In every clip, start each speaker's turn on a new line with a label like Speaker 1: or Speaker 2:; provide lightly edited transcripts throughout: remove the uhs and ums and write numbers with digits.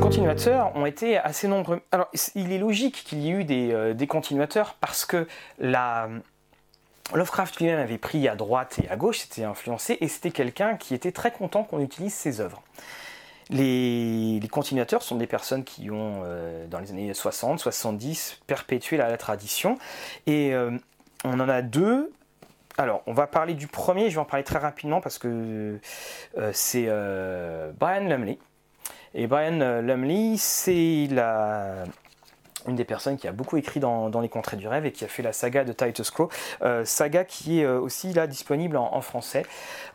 Speaker 1: continuateurs ont été assez nombreux. Alors, il est logique qu'il y ait eu des continuateurs parce que Lovecraft lui-même avait pris à droite et à gauche, s'était influencé, et c'était quelqu'un qui était très content qu'on utilise ses œuvres. Les continuateurs sont des personnes qui ont, dans les années 60, 70, perpétué la tradition, et on en a deux. Alors, on va parler du premier, je vais en parler très rapidement parce que c'est Brian Lumley. Et Brian Lumley, c'est une des personnes qui a beaucoup écrit dans les Contrées du Rêve et qui a fait la saga de Titus Crow, saga qui est aussi là disponible en français.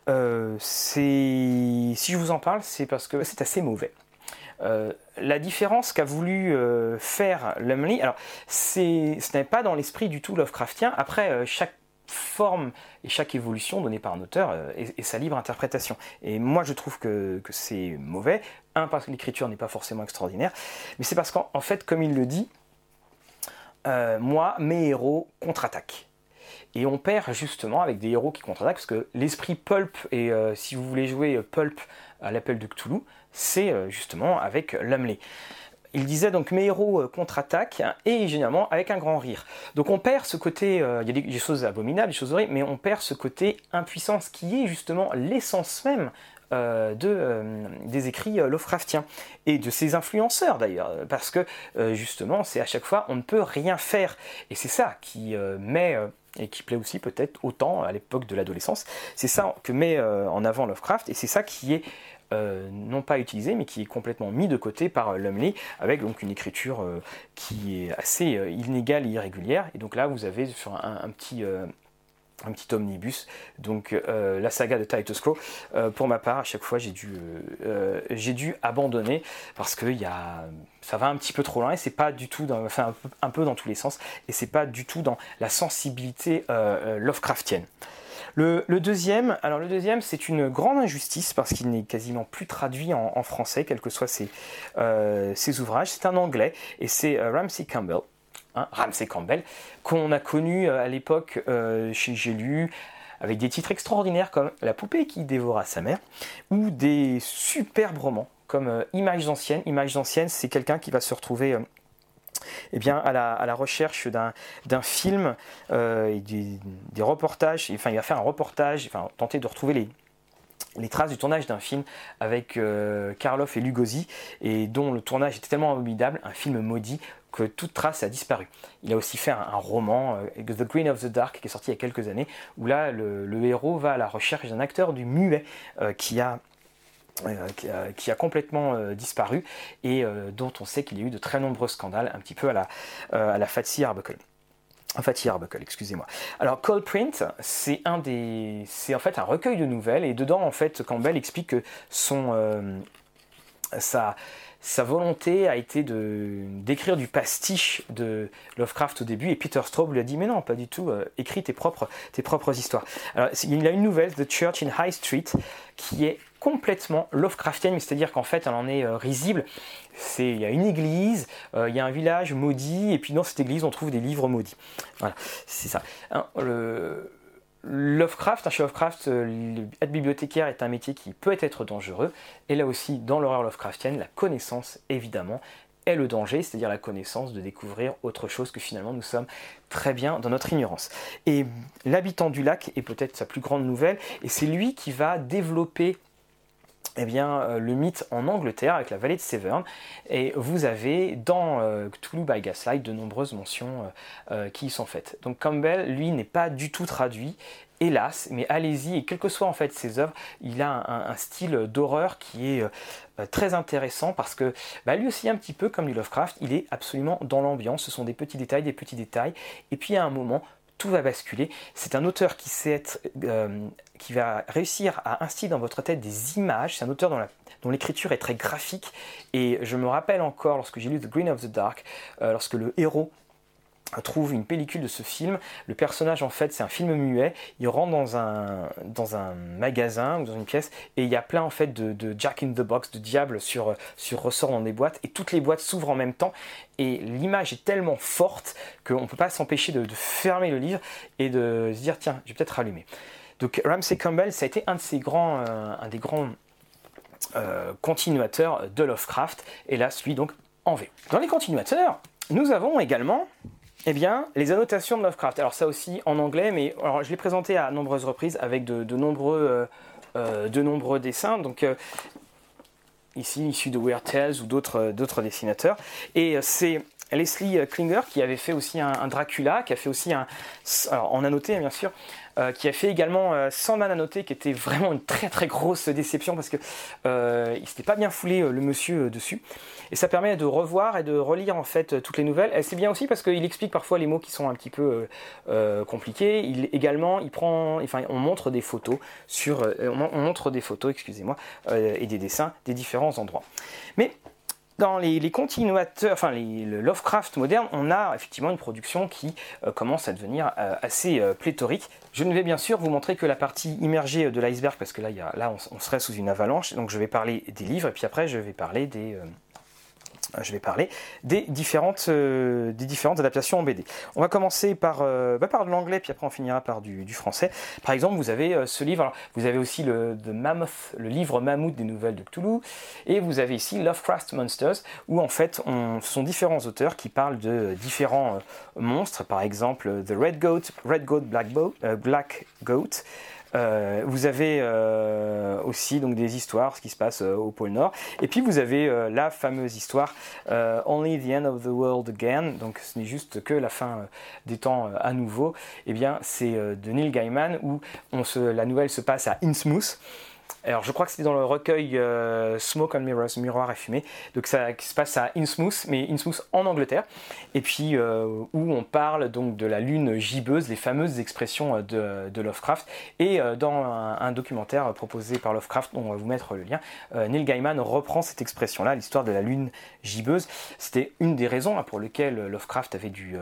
Speaker 1: Si je vous en parle, c'est parce que c'est assez mauvais. La différence qu'a voulu faire Lumley, alors ce n'est pas dans l'esprit du tout Lovecraftien. Après, chaque forme et chaque évolution donnée par un auteur est sa libre interprétation. Et moi, je trouve que c'est mauvais. Parce que l'écriture n'est pas forcément extraordinaire, mais c'est parce qu'en fait, comme il le dit, moi, mes héros contre-attaquent. Et on perd justement avec des héros qui contre-attaquent, parce que l'esprit pulp, et si vous voulez jouer pulp à l'appel de Cthulhu, c'est justement avec Lumley. Il disait donc mes héros contre-attaquent et généralement avec un grand rire. Donc on perd ce côté, il y a des choses abominables, des choses horribles, mais on perd ce côté impuissance qui est justement l'essence même des écrits Lovecraftiens et de ses influenceurs d'ailleurs, parce que justement c'est à chaque fois on ne peut rien faire, et c'est ça qui met et qui plaît aussi peut-être autant à l'époque de l'adolescence, c'est ça que met en avant Lovecraft, et c'est ça qui est non pas utilisé, mais qui est complètement mis de côté par Lumley, avec donc une écriture qui est assez inégale et irrégulière. Et donc là, vous avez sur un petit omnibus, donc la saga de Titus Crow. Pour ma part, à chaque fois, j'ai dû abandonner parce que ça va un petit peu trop loin et c'est pas du tout, un peu dans tous les sens, et c'est pas du tout dans la sensibilité Lovecraftienne. Le deuxième, c'est une grande injustice parce qu'il n'est quasiment plus traduit en français, quels que soient ses ouvrages. C'est un anglais et c'est Ramsey Campbell. Ramsey Campbell, qu'on a connu à l'époque chez J'ai lu, avec des titres extraordinaires comme La poupée qui dévora sa mère, ou des superbes romans comme Images anciennes. Images anciennes, c'est quelqu'un qui va se retrouver à la recherche d'un film et des reportages. Enfin, il va faire un reportage, tenter de retrouver les traces du tournage d'un film avec Karloff et Lugosi, et dont le tournage était tellement abominable, un film maudit, que toute trace a disparu. Il a aussi fait un roman, The Green of the Dark, qui est sorti il y a quelques années, où là, le héros va à la recherche d'un acteur du muet qui a complètement disparu, et dont on sait qu'il y a eu de très nombreux scandales, un petit peu à la Fatty Arbuckle. Fatty Arbuckle, excusez-moi. Alors, Cold Print, c'est en fait un recueil de nouvelles, et dedans, en fait, Campbell explique que sa volonté a été d'écrire du pastiche de Lovecraft au début, et Peter Straub lui a dit mais non, pas du tout, écris tes propres histoires. Alors, il a une nouvelle, The Church in High Street, qui est complètement Lovecraftienne, c'est-à-dire qu'en fait elle en est risible. Il y a une église, il y a un village maudit, et puis dans cette église on trouve des livres maudits. Voilà, c'est ça. Chez Lovecraft, être bibliothécaire est un métier qui peut être dangereux, et là aussi, dans l'horreur Lovecraftienne, la connaissance, évidemment, est le danger, c'est-à-dire la connaissance de découvrir autre chose que finalement nous sommes très bien dans notre ignorance. Et l'habitant du lac est peut-être sa plus grande nouvelle, et c'est lui qui va développer le mythe en Angleterre avec la vallée de Severn, et vous avez dans Cthulhu by Gaslight de nombreuses mentions qui y sont faites. Donc Campbell, lui, n'est pas du tout traduit, hélas, mais allez-y, et quelles que soient en fait ses œuvres, il a un style d'horreur qui est très intéressant, parce que lui aussi, un petit peu comme du Lovecraft, il est absolument dans l'ambiance, ce sont des petits détails, et puis à un moment, tout va basculer. C'est un auteur qui va réussir à instiller dans votre tête des images. C'est un auteur dont l'écriture est très graphique. Et je me rappelle encore, lorsque j'ai lu The Green of the Dark, lorsque le héros trouve une pellicule de ce film, le personnage en fait c'est un film muet, il rentre dans un magasin ou dans une pièce, et il y a plein en fait de Jack in the Box, de diables sur ressort dans des boîtes, et toutes les boîtes s'ouvrent en même temps, et l'image est tellement forte qu'on ne peut pas s'empêcher de fermer le livre et de se dire tiens, je vais peut-être rallumer. Donc Ramsey Campbell, ça a été un des grands continuateur de Lovecraft, et là celui donc en V. Dans les continuateurs, nous avons également les annotations de Lovecraft. Alors ça aussi en anglais, mais alors, je l'ai présenté à nombreuses reprises avec de nombreux dessins, donc ici issus de Weird Tales ou d'autres dessinateurs, et c'est Leslie Klinger qui avait fait aussi un Dracula, qui a fait aussi alors en annoté bien sûr, qui a fait également Sandman annoté, qui était vraiment une très très grosse déception parce que il s'était pas bien foulé le monsieur dessus, et ça permet de revoir et de relire en fait toutes les nouvelles. Et c'est bien aussi parce qu'il explique parfois les mots qui sont un petit peu compliqués. On montre des photos on montre des photos, excusez-moi, et des dessins des différents endroits. Mais dans les continuateurs, le Lovecraft moderne, on a effectivement une production qui commence à devenir assez pléthorique. Je ne vais bien sûr vous montrer que la partie immergée de l'iceberg, parce que là on serait sous une avalanche, donc je vais parler des livres, et puis après je vais parler des différentes adaptations en BD. On va commencer par de l'anglais, puis après on finira par du français. Par exemple, vous avez ce livre, alors, vous avez aussi le livre Mammouth des nouvelles de Cthulhu, et vous avez ici Lovecraft Monsters, où en fait ce sont différents auteurs qui parlent de différents monstres, par exemple The Red Goat, Black Goat. Vous avez aussi donc des histoires, ce qui se passe au pôle Nord, et puis vous avez la fameuse histoire Only the End of the World Again, donc ce n'est juste que la fin des temps à nouveau. Et bien c'est de Neil Gaiman, où la nouvelle se passe à Innsmouth. Alors je crois que c'était dans le recueil Smoke and Mirrors, Miroir et Fumée, donc ça qui se passe à Innsmouth, mais Innsmouth en Angleterre, et puis où on parle donc de la lune gibbeuse, les fameuses expressions de Lovecraft, et dans un documentaire proposé par Lovecraft, dont on va vous mettre le lien, Neil Gaiman reprend cette expression-là, l'histoire de la lune gibbeuse. C'était une des raisons pour lesquelles Lovecraft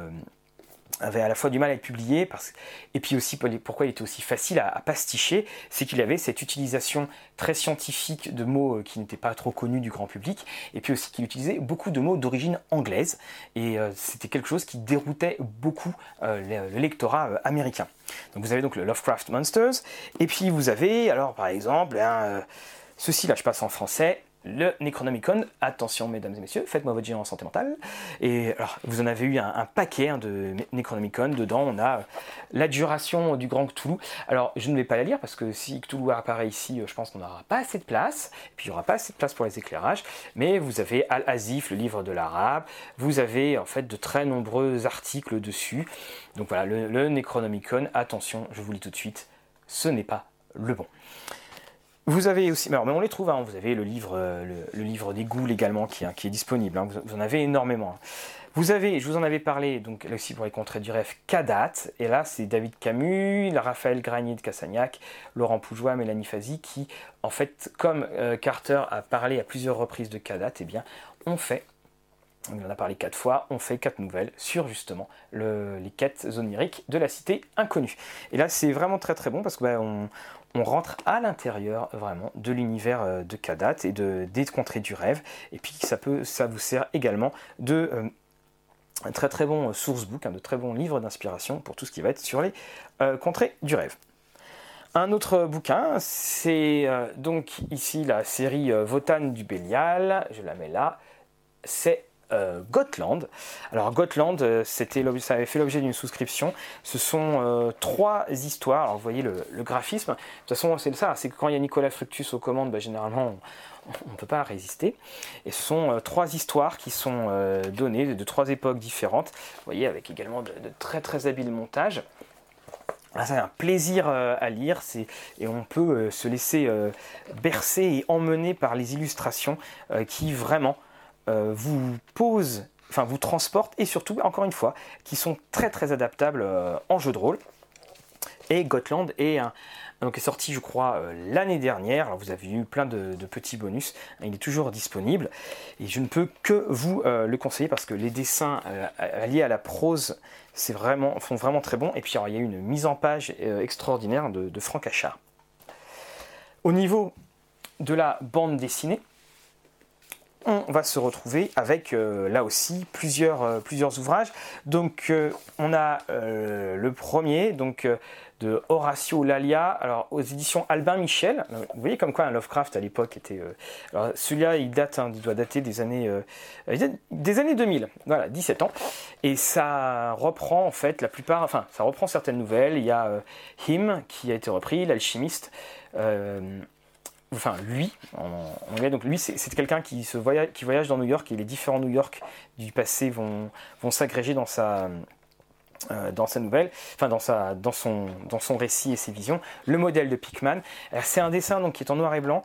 Speaker 1: avait à la fois du mal à être publié, et puis aussi pourquoi il était aussi facile à pasticher, c'est qu'il avait cette utilisation très scientifique de mots qui n'étaient pas trop connus du grand public, et puis aussi qu'il utilisait beaucoup de mots d'origine anglaise, et c'était quelque chose qui déroutait beaucoup le lectorat américain. Donc vous avez donc le Lovecraft Monsters, et puis vous avez, alors par exemple, ceci là je passe en français, le Necronomicon. Attention mesdames et messieurs, faites-moi votre jet en santé mentale. Et alors vous en avez eu un paquet de Necronomicon. Dedans on a l'adjuration du grand Cthulhu. Alors je ne vais pas la lire parce que si Cthulhu apparaît ici, je pense qu'on n'aura pas assez de place, et puis il n'y aura pas assez de place pour les éclairages. Mais vous avez Al-Azif, le livre de l'arabe, vous avez en fait de très nombreux articles dessus. Donc voilà, le Necronomicon, attention, je vous le dis tout de suite, ce n'est pas le bon. Vous avez aussi, mais on les trouve, vous avez le livre des ghouls également qui est disponible, vous en avez énormément. Vous avez, je vous en avais parlé, donc là aussi pour les contrées du rêve, Kadat, et là c'est David Camus, Raphaël Granier de Cassagnac, Laurent Poujoie, Mélanie Fazi, qui en fait, comme Carter a parlé à plusieurs reprises de Kadat, on en a parlé 4 fois, on fait 4 nouvelles sur justement les quêtes oniriques de la cité inconnue. Et là c'est vraiment très très bon parce que on rentre à l'intérieur vraiment de l'univers de Kadat et des contrées du rêve, et puis ça vous sert également de un très très bon sourcebook, de très bons livres d'inspiration pour tout ce qui va être sur les contrées du rêve. Un autre bouquin, c'est donc ici la série Wotan du Bélial, je la mets là, c'est Gotland. Alors Gotland, ça avait fait l'objet d'une souscription. Ce sont 3 histoires. Alors vous voyez le graphisme. De toute façon, c'est ça. C'est que quand il y a Nicolas Fructus aux commandes, généralement on ne peut pas résister. Et ce sont 3 histoires qui sont données de 3 époques différentes. Vous voyez, avec également de très très habiles montages. C'est un plaisir à lire, et on peut se laisser bercer et emmener par les illustrations qui vraiment vous transportent, et surtout, encore une fois, qui sont très très adaptables en jeu de rôle. Et Gotland est sorti, je crois, l'année dernière. Alors vous avez eu plein de petits bonus. Il est toujours disponible. Et je ne peux que vous le conseiller parce que les dessins liés à la prose sont vraiment très bons. Et puis alors, il y a eu une mise en page extraordinaire de Franck Achard. Au niveau de la bande dessinée, on va se retrouver avec là aussi plusieurs ouvrages. Donc on a le premier, donc de Horacio Lalia, alors aux éditions Albin Michel. Vous voyez comme quoi un Lovecraft à l'époque était... alors celui-là, il doit dater des années 2000, voilà, 17 ans. Et ça reprend en fait ça reprend certaines nouvelles. Il y a Him qui a été repris, l'alchimiste. Lui, en anglais, donc lui c'est quelqu'un qui voyage dans New York, et les différents New York du passé vont s'agréger dans sa nouvelle, dans son récit et ses visions. Le modèle de Pickman, c'est un dessin donc qui est en noir et blanc,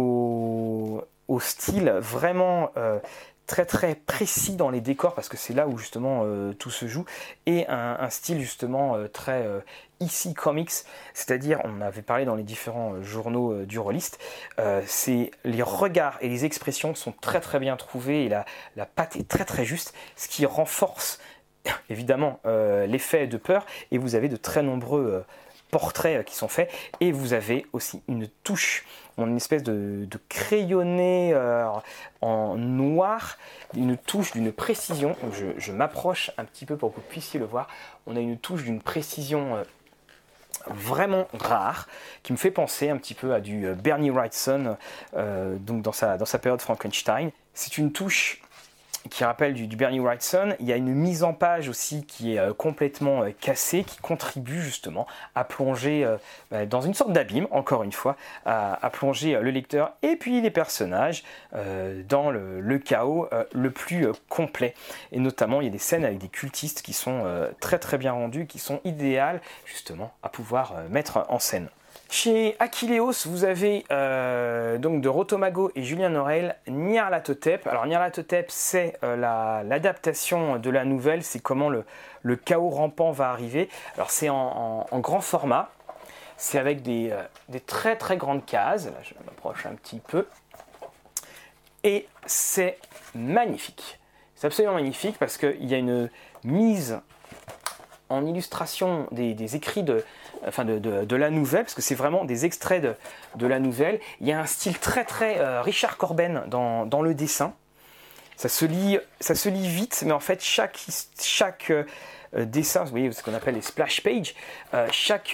Speaker 1: au style vraiment très très précis dans les décors, parce que c'est là où justement tout se joue, et un style justement très EC Comics, c'est-à-dire, on avait parlé dans les différents journaux du rôliste, c'est les regards et les expressions sont très très bien trouvés, et la patte est très très juste, ce qui renforce évidemment l'effet de peur, et vous avez de très nombreux portraits qui sont faits, et vous avez aussi une touche, une espèce de crayonné en noir, une touche d'une précision. Je m'approche un petit peu pour que vous puissiez le voir. On a une touche d'une précision vraiment rare, qui me fait penser un petit peu à du Bernie Wrightson, donc dans sa période Frankenstein. C'est une touche qui rappelle du Bernie Wrightson. Il y a une mise en page aussi qui est complètement cassée, qui contribue justement à plonger dans une sorte d'abîme, encore une fois, à plonger le lecteur et puis les personnages dans le chaos le plus complet. Et notamment, il y a des scènes avec des cultistes qui sont très très bien rendues, qui sont idéales justement à pouvoir mettre en scène. Chez Achilleos, vous avez donc de Rotomago et Julien Norel, Nyarlathotep. Alors Nyarlathotep, c'est l'adaptation de la nouvelle, c'est comment le chaos rampant va arriver. Alors c'est en grand format, c'est avec des très très grandes cases. Là, je m'approche un petit peu. Et c'est magnifique. C'est absolument magnifique parce qu'il y a une mise en illustration des écrits de la nouvelle, parce que c'est vraiment des extraits de la nouvelle. Il y a un style très très Richard Corben dans le dessin. Ça se lit vite, mais en fait chaque dessin, vous voyez ce qu'on appelle les splash pages, chaque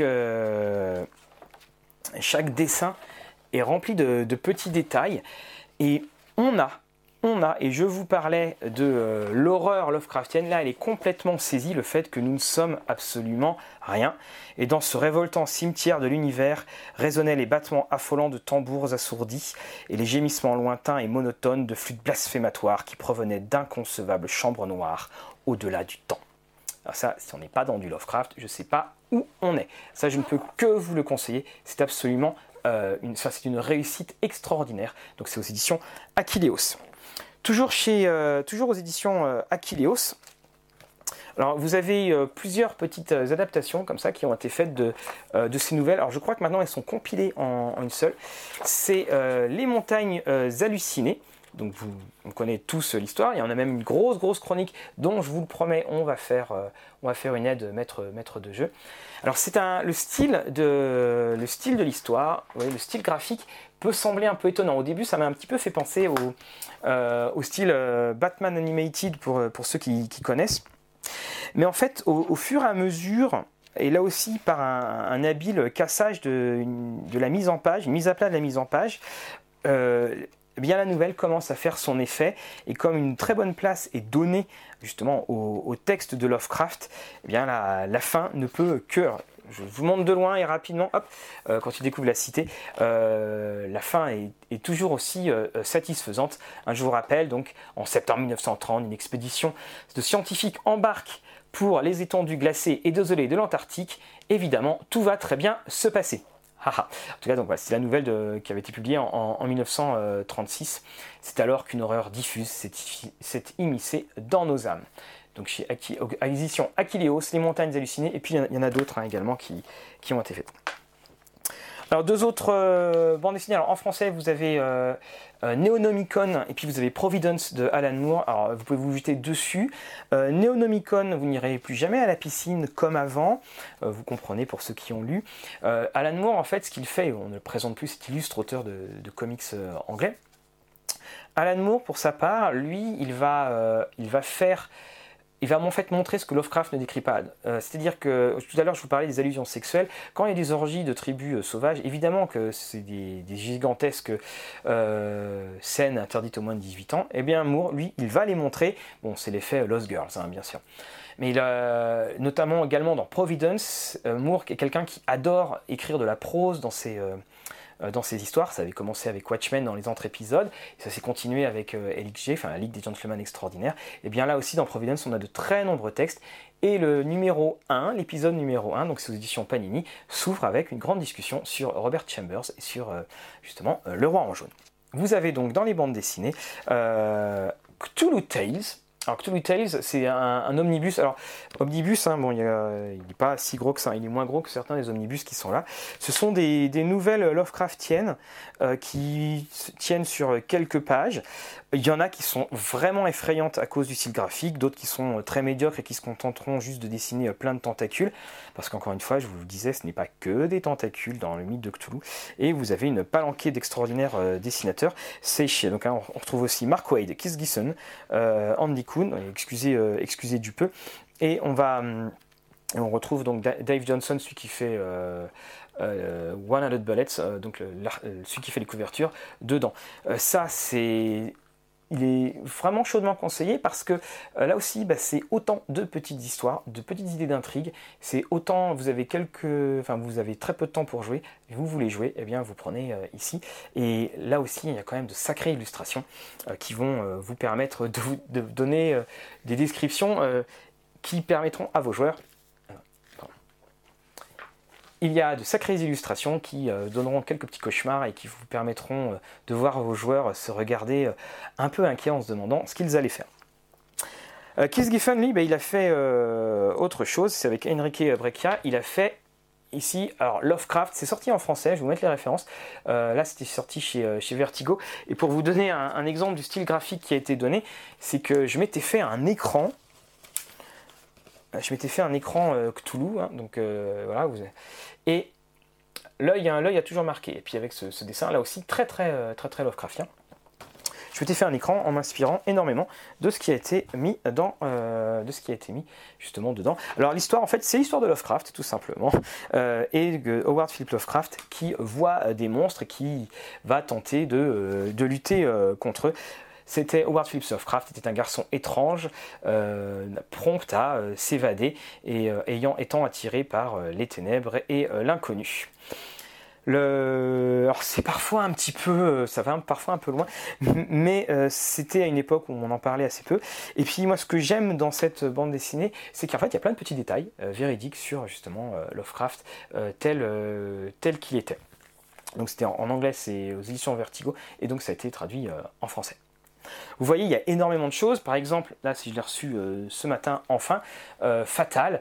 Speaker 1: dessin est rempli de petits détails, et on a, et je vous parlais de l'horreur Lovecraftienne, là elle est complètement saisie, le fait que nous ne sommes absolument rien. Et dans ce révoltant cimetière de l'univers résonnaient les battements affolants de tambours assourdis et les gémissements lointains et monotones de flûtes blasphématoires qui provenaient d'inconcevables chambres noires au-delà du temps. Alors ça, si on n'est pas dans du Lovecraft, je ne sais pas où on est. Ça, je ne peux que vous le conseiller, c'est absolument c'est une réussite extraordinaire. Donc c'est aux éditions Achilleos. Toujours aux éditions Achilleos. Alors vous avez plusieurs petites adaptations comme ça qui ont été faites de ces nouvelles. Alors je crois que maintenant elles sont compilées en une seule. C'est Les Montagnes Hallucinées. Donc on connaît tous l'histoire. Il y en a même une grosse chronique dont je vous le promets, on va faire une aide maître de jeu. Alors c'est le style de l'histoire, vous voyez, le style graphique peut sembler un peu étonnant. Au début, ça m'a un petit peu fait penser au style Batman Animated pour ceux qui connaissent. Mais en fait, au fur et à mesure, et là aussi par un habile cassage de la mise en page, une mise à plat de la mise en page, eh bien la nouvelle commence à faire son effet, et comme une très bonne place est donnée justement au texte de Lovecraft, eh bien la fin ne peut que... Je vous montre de loin et rapidement, hop, quand il découvre la cité, la fin est toujours aussi satisfaisante. Je vous rappelle, donc, en septembre 1930, une expédition de scientifiques embarque pour les étendues glacées et désolées de l'Antarctique. Évidemment, tout va très bien se passer. En tout cas, donc, voilà, c'est la nouvelle qui avait été publiée en 1936. C'est alors qu'une horreur diffuse s'est immiscée dans nos âmes. Donc chez l'édition Achilleos, Les Montagnes Hallucinées, et puis il y en a d'autres également qui ont été faites. Alors deux autres bandes dessinées. Alors en français, vous avez Neonomicon, et puis vous avez Providence de Alan Moore. Alors vous pouvez vous jeter dessus. Neonomicon, vous n'irez plus jamais à la piscine comme avant. Vous comprenez pour ceux qui ont lu. Alan Moore, en fait, ce qu'il fait, on ne le présente plus, c'est illustre auteur de comics anglais. Alan Moore, pour sa part, lui, il va faire il va en fait montrer ce que Lovecraft ne décrit pas. C'est-à-dire que tout à l'heure je vous parlais des allusions sexuelles. Quand il y a des orgies de tribus sauvages, évidemment que c'est des gigantesques scènes interdites aux moins de 18 ans, et bien Moore, lui, il va les montrer. Bon, c'est l'effet Lost Girls, hein, bien sûr. Mais notamment également dans Providence, Moore est quelqu'un qui adore écrire de la prose dans ses histoires. Ça avait commencé avec Watchmen dans les autres épisodes, et ça s'est continué avec LXG, enfin la Ligue des Gentlemen Extraordinaires. Et bien là aussi dans Providence, on a de très nombreux textes. Et le numéro 1, l'épisode numéro 1, donc c'est aux éditions Panini, s'ouvre avec une grande discussion sur Robert Chambers et sur justement Le Roi en jaune. Vous avez donc dans les bandes dessinées Cthulhu Tales. Alors Cthulhu Tales, c'est un omnibus. Alors omnibus, hein, bon, il n'est pas si gros que ça, il est moins gros que certains des omnibus qui sont là. Ce sont des nouvelles Lovecraftiennes qui tiennent sur quelques pages. Il y en a qui sont vraiment effrayantes à cause du style graphique, d'autres qui sont très médiocres et qui se contenteront juste de dessiner plein de tentacules. Parce qu'encore une fois, je vous le disais, ce n'est pas que des tentacules dans le mythe de Cthulhu. Et vous avez une palanquée d'extraordinaires dessinateurs. C'est chez, donc hein, on retrouve aussi Mark Waid, Keith Giffen, Andy Kuhn, excusez du peu. Et on retrouve donc Dave Johnson, celui qui fait 100 Bullets, donc celui qui fait les couvertures, dedans. Il est vraiment chaudement conseillé parce que là aussi, c'est autant de petites histoires, de petites idées d'intrigue. C'est autant, vous avez très peu de temps pour jouer, et vous voulez jouer, eh bien vous prenez ici. Et là aussi, il y a quand même de sacrées illustrations qui vont vous permettre de donner des descriptions qui permettront à vos joueurs. Il y a de sacrées illustrations qui donneront quelques petits cauchemars et qui vous permettront de voir vos joueurs se regarder un peu inquiets en se demandant ce qu'ils allaient faire. Keith Giffen, lui, il a fait autre chose, c'est avec Enrique Breccia, il a fait ici, alors Lovecraft, c'est sorti en français, je vais vous mettre les références, là c'était sorti chez Vertigo, et pour vous donner un exemple du style graphique qui a été donné, c'est que je m'étais fait un écran Cthulhu, hein, donc voilà, et l'œil a toujours marqué. Et puis avec ce dessin là aussi très Lovecraftien, je m'étais fait un écran en m'inspirant énormément de ce qui a été mis justement dedans. Alors l'histoire, en fait, c'est l'histoire de Lovecraft tout simplement, et Howard Philip Lovecraft qui voit des monstres et qui va tenter de lutter contre eux. Howard Phillips Lovecraft était un garçon étrange, prompt à s'évader et étant attiré par les ténèbres et l'inconnu. Alors c'est parfois un petit peu, ça va parfois un peu loin, mais c'était à une époque où on en parlait assez peu. Et puis moi, ce que j'aime dans cette bande dessinée, c'est qu'en fait il y a plein de petits détails véridiques sur justement Lovecraft tel qu'il était. Donc c'était en anglais, c'est aux éditions Vertigo, et donc ça a été traduit en français. Vous voyez, il y a énormément de choses. Par exemple, là, si je l'ai reçu ce matin, enfin, Fatal,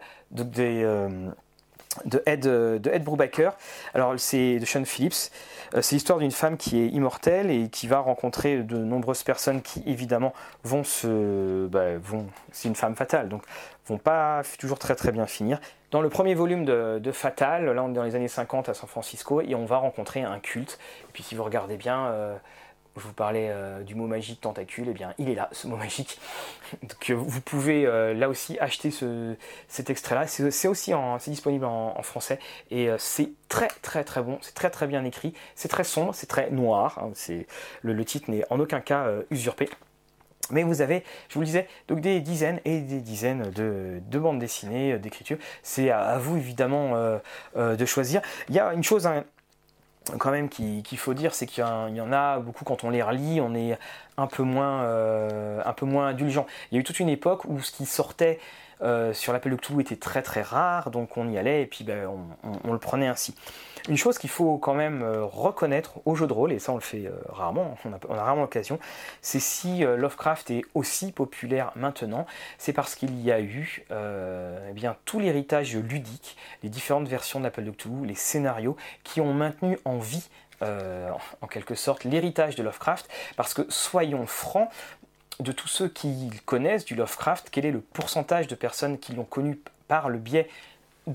Speaker 1: de Ed Brubaker. Alors, c'est de Sean Phillips. C'est l'histoire d'une femme qui est immortelle et qui va rencontrer de nombreuses personnes qui, évidemment, c'est une femme fatale, donc vont pas toujours très bien finir. Dans le premier volume de Fatal, là, on est dans les années 50 à San Francisco, et on va rencontrer un culte. Et puis, si vous regardez bien... je vous parlais du mot magique tentacule, et bien il est là, ce mot magique. Donc vous pouvez là aussi acheter cet extrait-là. C'est disponible en français, et c'est très bon, c'est très bien écrit, c'est très sombre, c'est très noir. Hein, le titre n'est en aucun cas usurpé. Mais vous avez, je vous le disais, donc des dizaines et des dizaines de bandes dessinées, d'écriture. C'est à vous évidemment de choisir. Il y a une chose quand même qu'il faut dire, c'est qu'il y en a beaucoup, quand on les relit, on est un peu moins indulgent. Il y a eu toute une époque où ce qui sortait sur l'appel de Cthulhu était très rare, donc on y allait et puis on le prenait ainsi. Une chose qu'il faut quand même reconnaître au jeu de rôle, et ça on le fait rarement, on a rarement l'occasion, c'est si Lovecraft est aussi populaire maintenant, c'est parce qu'il y a eu tout l'héritage ludique, les différentes versions de l'appel de Cthulhu, les scénarios qui ont maintenu en vie en quelque sorte l'héritage de Lovecraft, parce que soyons francs, de tous ceux qui connaissent du Lovecraft, quel est le pourcentage de personnes qui l'ont connu par le biais de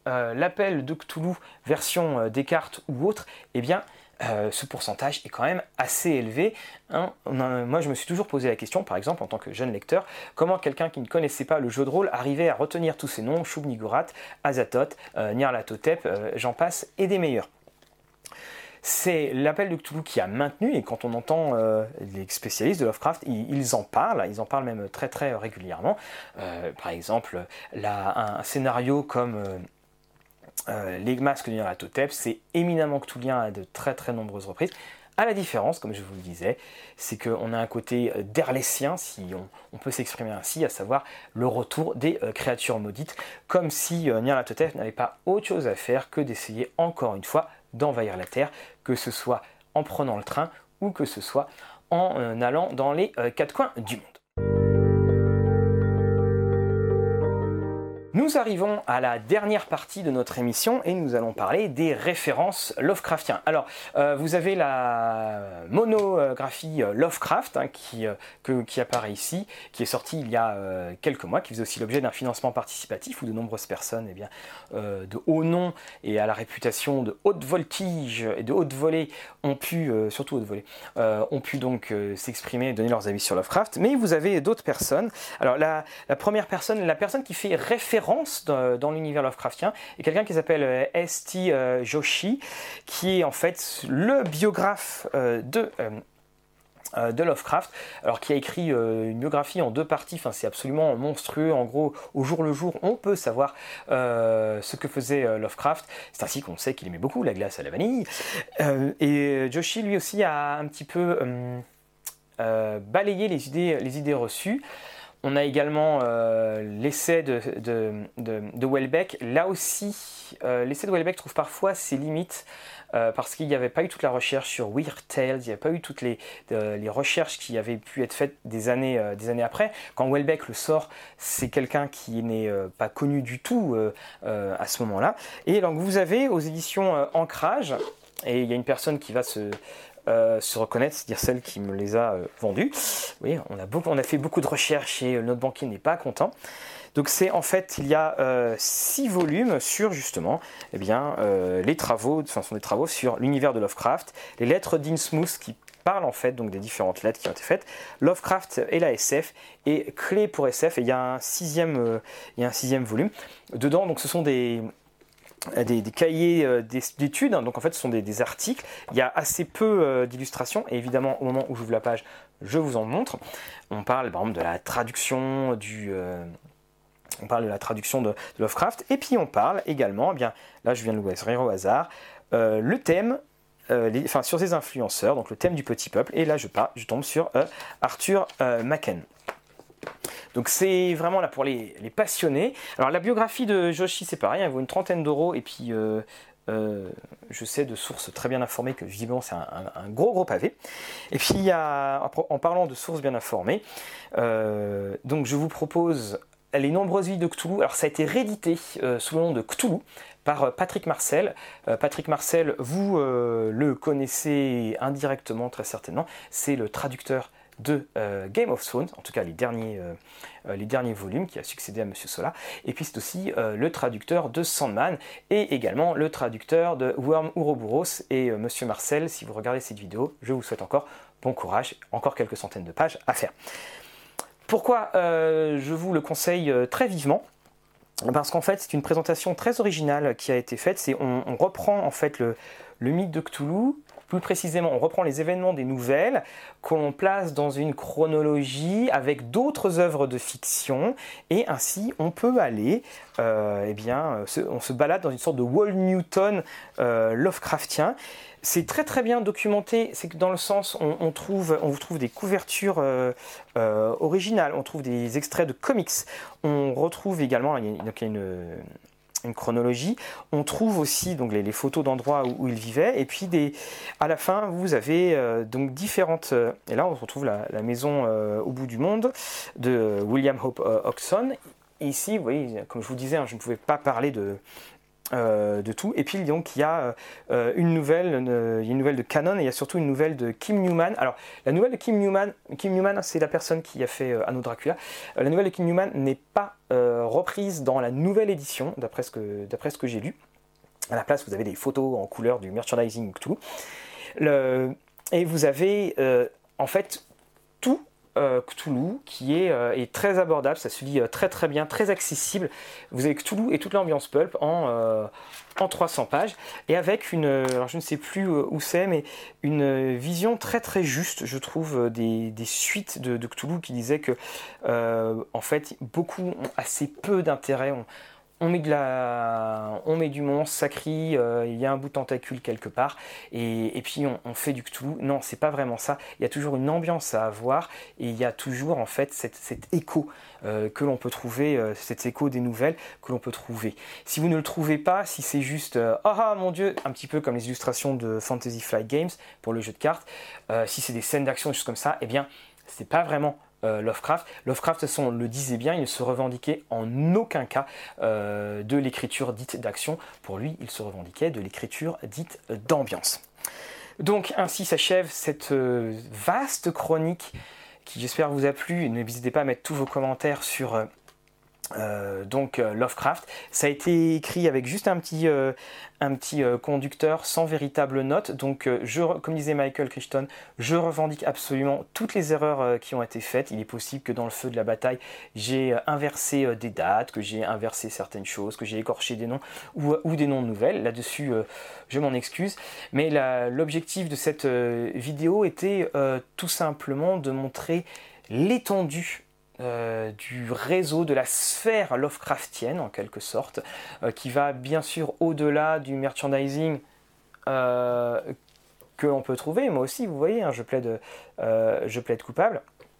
Speaker 1: l'appel de Cthulhu version Descartes ou autre, eh bien ce pourcentage est quand même assez élevé. Hein. Moi je me suis toujours posé la question, par exemple en tant que jeune lecteur, comment quelqu'un qui ne connaissait pas le jeu de rôle arrivait à retenir tous ces noms, Shub-Niggurath, Azathoth, Nyarlathotep, j'en passe, et des meilleurs. C'est l'appel de Cthulhu qui a maintenu, et quand on entend les spécialistes de Lovecraft, ils en parlent même très très régulièrement. Par exemple, un scénario comme les masques de Nyarlathotep, c'est éminemment cthulhien à de très très nombreuses reprises. À la différence, comme je vous le disais, c'est qu'on a un côté derlessien, si on peut s'exprimer ainsi, à savoir le retour des créatures maudites, comme si Nyarlathotep n'avait pas autre chose à faire que d'essayer encore une fois d'envahir la Terre, que ce soit en prenant le train ou que ce soit en allant dans les quatre coins du monde. Nous arrivons à la dernière partie de notre émission et nous allons parler des références Lovecraftiens. Alors, vous avez la monographie Lovecraft qui apparaît ici, qui est sortie il y a quelques mois, qui faisait aussi l'objet d'un financement participatif où de nombreuses personnes de haut nom et à la réputation de haute voltige et de haute volée ont pu, surtout haute volée, ont pu donc s'exprimer et donner leurs avis sur Lovecraft. Mais vous avez d'autres personnes. Alors, la première personne, la personne qui fait référence dans l'univers Lovecraftien est quelqu'un qui s'appelle S.T. Joshi, qui est en fait le biographe de Lovecraft, alors qui a écrit une biographie en 2 parties, enfin c'est absolument monstrueux, en gros au jour le jour on peut savoir ce que faisait Lovecraft, c'est ainsi qu'on sait qu'il aimait beaucoup la glace à la vanille, et Joshi lui aussi a un petit peu balayé les idées reçues. On a également l'essai de Houellebecq. Là aussi, l'essai de Houellebecq trouve parfois ses limites parce qu'il n'y avait pas eu toute la recherche sur Weird Tales, il n'y avait pas eu toutes les recherches qui avaient pu être faites des années après. Quand Houellebecq le sort, c'est quelqu'un qui n'est pas connu du tout à ce moment-là. Et donc vous avez aux éditions Ancrage, et il y a une personne qui va se reconnaître, c'est-à-dire celle qui me les a vendus. Oui, on a fait beaucoup de recherches et notre banquier n'est pas content. Donc c'est en fait, il y a 6 volumes sur justement les travaux, enfin sont des travaux sur l'univers de Lovecraft, les lettres d'Innsmouth qui parlent en fait donc des différentes lettres qui ont été faites, Lovecraft et la SF, et Clé pour SF, et il y a un sixième volume. Dedans, donc ce sont des cahiers d'études, donc en fait ce sont des articles, il y a assez peu d'illustrations, et évidemment au moment où j'ouvre la page, je vous en montre. On parle par exemple de la traduction de Lovecraft, et puis on parle également, là je viens de l'ouvrir au hasard, le thème, sur ces influenceurs, donc le thème du petit peuple, et là je tombe sur Arthur Machen. Donc c'est vraiment là pour les passionnés. Alors la biographie de Joshi c'est pareil, elle vaut une 30aine d'euros, et puis je sais de sources très bien informées que visiblement c'est un gros pavé. Et puis il y a, en parlant de sources bien informées, donc je vous propose les nombreuses vies de Cthulhu. Alors ça a été réédité sous le nom de Cthulhu par Patrick Marcel. Patrick Marcel, vous le connaissez indirectement très certainement, c'est le traducteur de Game of Thrones, en tout cas les derniers volumes qui a succédé à Monsieur Sola, et puis c'est aussi le traducteur de Sandman, et également le traducteur de Worm Ouroboros. Et Monsieur Marcel, si vous regardez cette vidéo, je vous souhaite encore bon courage, encore quelques centaines de pages à faire. Pourquoi je vous le conseille très vivement? Parce qu'en fait c'est une présentation très originale qui a été faite. On reprend en fait le mythe de Cthulhu. Plus précisément, on reprend les événements des nouvelles qu'on place dans une chronologie avec d'autres œuvres de fiction, et ainsi on peut aller, on se balade dans une sorte de Wall Newton Lovecraftien. C'est très très bien documenté, c'est que dans le sens on vous trouve des couvertures originales, on trouve des extraits de comics, on retrouve également, il y a une chronologie, on trouve aussi donc les photos d'endroits où il vivait, et puis à la fin vous avez donc différentes, et là on retrouve la maison au bout du monde de William Hope Hodgson. Ici, vous voyez, comme je vous disais, je ne pouvais pas parler de de tout. Et puis donc il y a une nouvelle de Canon et il y a surtout une nouvelle de Kim Newman. Alors la nouvelle de Kim Newman c'est la personne qui a fait Anno Dracula. La nouvelle de Kim Newman n'est pas reprise dans la nouvelle édition, d'après ce que j'ai lu. À la place, vous avez des photos en couleur du merchandising Cthulhu. Et vous avez en fait tout Cthulhu qui est très abordable, ça se lit très très bien, très accessible. Vous avez Cthulhu et toute l'ambiance pulp en 300 pages et avec alors je ne sais plus où c'est, mais une vision très très juste, je trouve, des suites de Cthulhu qui disaient que en fait beaucoup ont assez peu d'intérêt. On met du monstre, ça crie, il y a un bout de tentacule quelque part, et puis on fait du Cthulhu. Non, c'est pas vraiment ça. Il y a toujours une ambiance à avoir, et il y a toujours en fait cet écho que l'on peut trouver, cet écho des nouvelles que l'on peut trouver. Si vous ne le trouvez pas, si c'est juste ah mon Dieu, un petit peu comme les illustrations de Fantasy Flight Games pour le jeu de cartes, si c'est des scènes d'action, des choses comme ça, eh bien c'est pas vraiment Lovecraft. Lovecraft, de toute façon, le disait bien, il ne se revendiquait en aucun cas de l'écriture dite d'action. Pour lui, il se revendiquait de l'écriture dite d'ambiance. Donc ainsi s'achève cette vaste chronique qui, j'espère, vous a plu. N'hésitez pas à mettre tous vos commentaires sur Lovecraft. Ça a été écrit avec juste un petit conducteur sans véritable note. Donc comme disait Michael Crichton, je revendique absolument toutes les erreurs qui ont été faites. Il est possible que dans le feu de la bataille, j'ai inversé des dates, que j'ai inversé certaines choses, que j'ai écorché des noms ou des noms de nouvelles. Là-dessus, je m'en excuse. Mais l'objectif de cette vidéo était tout simplement de montrer l'étendue du réseau, de la sphère Lovecraftienne en quelque sorte, qui va bien sûr au-delà du merchandising que l'on peut trouver. Moi aussi, vous voyez, hein, je plaide coupable.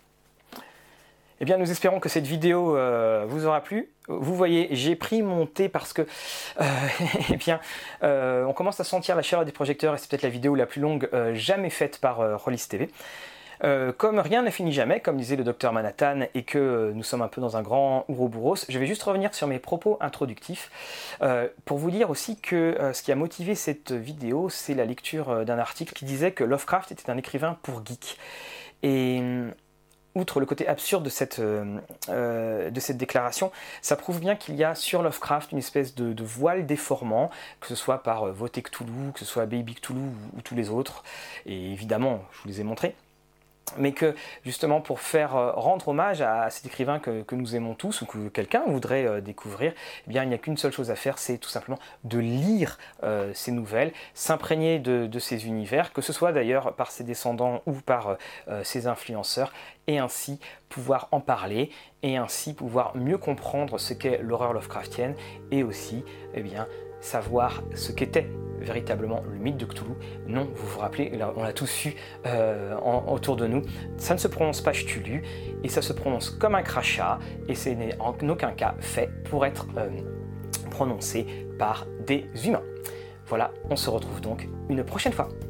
Speaker 1: Eh bien, nous espérons que cette vidéo vous aura plu. Vous voyez, j'ai pris mon thé parce que eh bien, on commence à sentir la chaleur des projecteurs et c'est peut-être la vidéo la plus longue jamais faite par Rollis TV. Comme rien ne finit jamais, comme disait le docteur Manhattan, et que nous sommes un peu dans un grand ouroboros, je vais juste revenir sur mes propos introductifs pour vous dire aussi que ce qui a motivé cette vidéo, c'est la lecture d'un article qui disait que Lovecraft était un écrivain pour geeks. Et outre le côté absurde de cette déclaration, ça prouve bien qu'il y a sur Lovecraft une espèce de voile déformant, que ce soit par Voté Cthulhu, que ce soit Baby Cthulhu ou tous les autres, et évidemment, je vous les ai montrés. Mais que justement pour faire rendre hommage à cet écrivain que nous aimons tous ou que quelqu'un voudrait découvrir, eh bien il n'y a qu'une seule chose à faire, c'est tout simplement de lire ces nouvelles, s'imprégner de ces univers, que ce soit d'ailleurs par ses descendants ou par ses influenceurs, et ainsi pouvoir en parler, et ainsi pouvoir mieux comprendre ce qu'est l'horreur Lovecraftienne, et aussi eh bien, savoir ce qu'était véritablement le mythe de Cthulhu. Non, vous vous rappelez, on l'a tous su autour de nous, ça ne se prononce pas Cthulhu, et ça se prononce comme un crachat, et ce n'est en aucun cas fait pour être prononcé par des humains. Voilà, on se retrouve donc une prochaine fois.